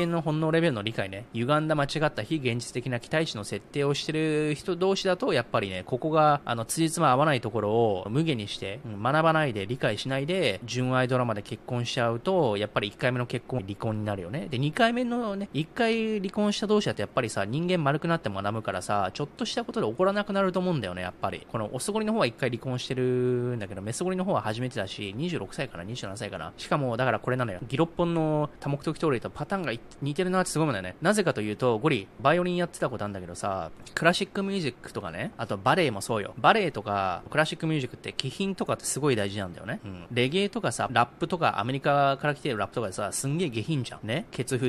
間の本能レベルの理解ね、歪んだ間違った非現実的な期待値の設定をしてる人同士だと、やっぱりね、ここが、辻褄合わないところを無限にして、学ばないで理解しないで、純愛ドラマで結婚しちゃうと、やっぱり1回目の結婚、離婚になるよね。で、2回目のね、1回離婚した同士だとやっぱりさ、人間丸くなって学ぶからさ、ちょっとしたことで起こらなくなると思うんだよね、やっぱり。このオスゴリの方は1回離婚してるんだけど、メスゴリの方は初めてだし、26歳かな、27歳かな。しかも、だからこれなのよ。ギロッポンの多目的トーレイとパターンが似てるなってすごいもんだよね。なぜかというと、ゴリ、バイオリンやってたことあるんだけどさ、クラシックミュージックとかね、あとバレエもそうよ。バレエとか、クラシックミュージックって気品とかってすごい大事なんだよね。レゲエとかさ、ラップとか、アメリカから来てるラップとかでさ、すんげえ下品じゃん。ね。ケツ振って、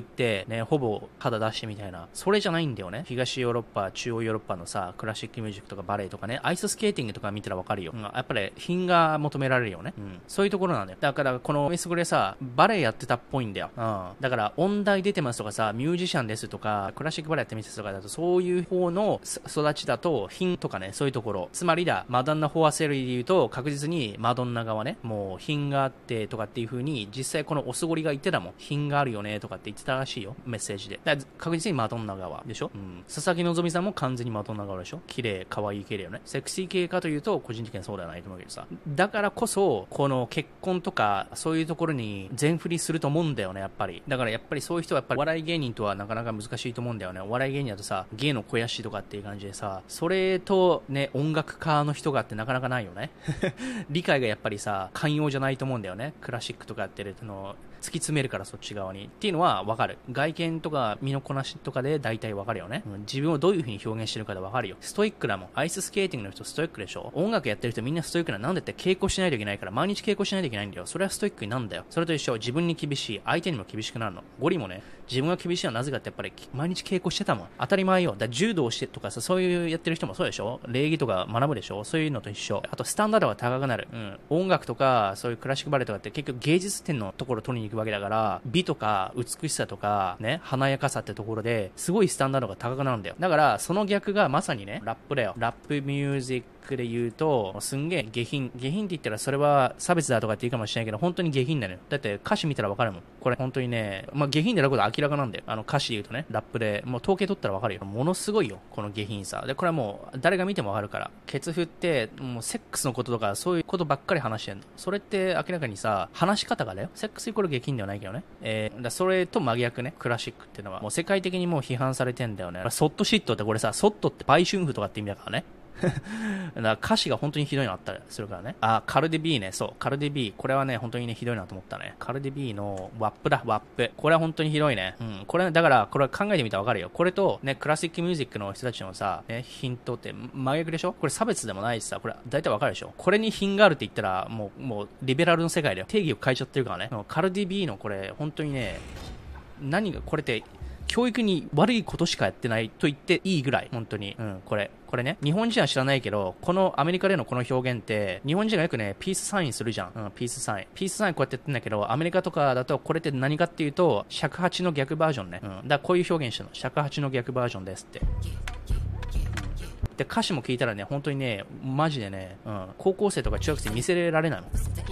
ね、ほぼ肌出してみたいな。それじゃないんだよね。東ヨーロッパ、中央ヨーロッパのさ、クラシックミュージックとかバレエとかね、アイススケーティングとか見たらわかるよ。やっぱり品が求められるよね。そういうところなんだよ。だから、このメスゴリさ、バレエやってたっぽいんだよ。だから、音大出てますとかさ、ミュージシャンですとか、クラシックバレエやってみてとかだと、そういう方の育ちだと、品とかね、そういうところ。つまりだ、マドンナ・フォアセルで言うと、確実にマドンナ側ね、もう品があってとかっていう風に、実際このオスゴリが言ってたもん。品があるよねとかって言ってたらしいよ。メッセージで。だから確実にマドンナ側でしょ。佐々木希さんも完全にマドンナ側でしょ。綺麗、可愛い系だよね。セクシー系かというと、個人的にはそうではないと思うけどさ。だからこそ、この結婚とか、そういうところに全振りすると思うんだよね、やっぱり。だからやっぱりそういう人はやっぱり、お笑い芸人とはなかなか難しいと思うんだよね。お笑い芸人だとさ、芸の肥やしとかっていう感じでさ、それとね、音楽家の人がってなかなかないよね。理解がやっぱりさ、寛容じゃないと思うんだよね。クラシックとかやってるの、突き詰めるからそっち側に。っていうのはわかる。外見とか身のこなしとかで大体わかるよね。自分をどういう風に表現してるかでわかるよ。ストイックだもん。アイススケーティングの人ストイックでしょ。音楽やってる人みんなストイックな。なんでって稽古しないといけないから、毎日稽古しないといけないんだよ。それはストイックになんだよ。それと一緒。自分に厳しい。相手にも厳しくなるの。ゴリもね、自分が厳しいのはなぜかってやっぱり毎日稽古してたもん。当たり前よ。だ柔道してとかさ、そういうやってる人もそうでしょ。礼儀とか学ぶでしょ。そういうのと一緒。あとスタンダードが高くなる。音楽とか、そういうクラシックバレエとかって結局芸術点のところを取りに行くわけだから、美とか美しさとかね、華やかさってところですごいスタンダードが高くなるんだよ。だからその逆がまさにね、ラップだよ。ラップミュージックで言うと、すんげえ下品って言ったらそれは差別だとかって言うかもしれないけど、本当に下品なのよ。だって歌詞見たらわかるもん。これ本当にね、下品であることは明らかなんだよ。歌詞で言うとね、ラップで、もう統計取ったらわかるよ。ものすごいよ、この下品さ。で、これはもう誰が見てもわかるから。ケツ振って、もうセックスのこととかそういうことばっかり話してんの。それって明らかにさ、話し方がだよ。セックスイコール下品ではないけどね。それと真逆ね、クラシックっていうのは。もう世界的にもう批判されてんだよね。ソットシットってこれさ、ソットって売春婦とかって意味だからね。だから歌詞が本当にひどいのあったりするからね。カルディ B ね。そう。カルディ B。これはね、本当にね、ひどいなと思ったね。カルディ B のワップだ、ワップ。これは本当にひどいね。これ、だから、これ考えてみたらわかるよ。これと、ね、クラシックミュージックの人たちのさ、ね、ヒントって真逆でしょ。これ差別でもないしさ、これ、大体わかるでしょ。これに品があるって言ったら、もう、リベラルの世界だよ。定義を変えちゃってるからね。カルディ B のこれ、本当にね、何が、これって、教育に悪いことしかやってないと言っていいぐらい、本当に。これね、日本人は知らないけど、このアメリカでのこの表現って、日本人がよくね、ピースサインするじゃん。ピースサイン。ピースサインこうやってやってんだけど、アメリカとかだとこれって何かっていうと、尺八の逆バージョンね。だからこういう表現してるの。尺八の逆バージョンですって。で、歌詞も聞いたらね、本当にね、マジでね、高校生とか中学生見せられないもん。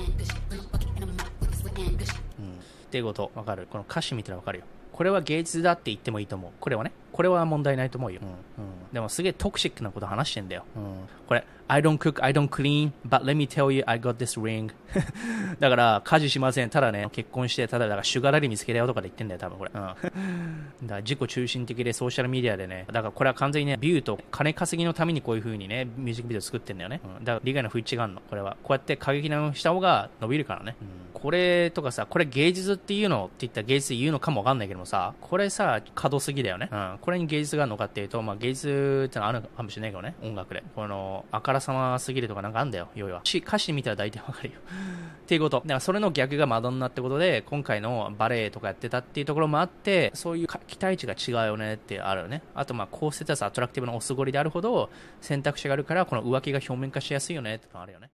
っていうこと、わかる。この歌詞見たらわかるよ。これは芸術だって言ってもいいと思う。これはね。これは問題ないと思うよ。でもすげえトクシックなこと話してんだよ。これ、I don't cook, I don't clean, but let me tell you I got this ring. だから、家事しません。ただね、結婚して、ただ、だからシュガーラリー見つけたよとかで言ってんだよ、多分これ。だから自己中心的でソーシャルメディアでね、だからこれは完全にね、ビューと金稼ぎのためにこういう風にね、ミュージックビデオ作ってんだよね。だから理解の不一致があるの。これは。こうやって過激なのした方が伸びるからね。これとかさ、これ芸術っていうのって言ったら芸術言うのかもわかんないけどもさ、これさ、過度すぎだよね。これに芸術があるのかっていうと、まあ芸術ってのはあるかもしれないけどね、音楽で。この、あからさますぎるとかなんかあんだよ、要は。歌詞見たら大体わかるよ。っていうこと。だからそれの逆がマドンナってことで、今回のバレエとかやってたっていうところもあって、そういう期待値が違うよねってあるよね。あとまあ、高ステータスアトラクティブなおすごりであるほど、選択肢があるから、この浮気が表面化しやすいよねってのあるよね。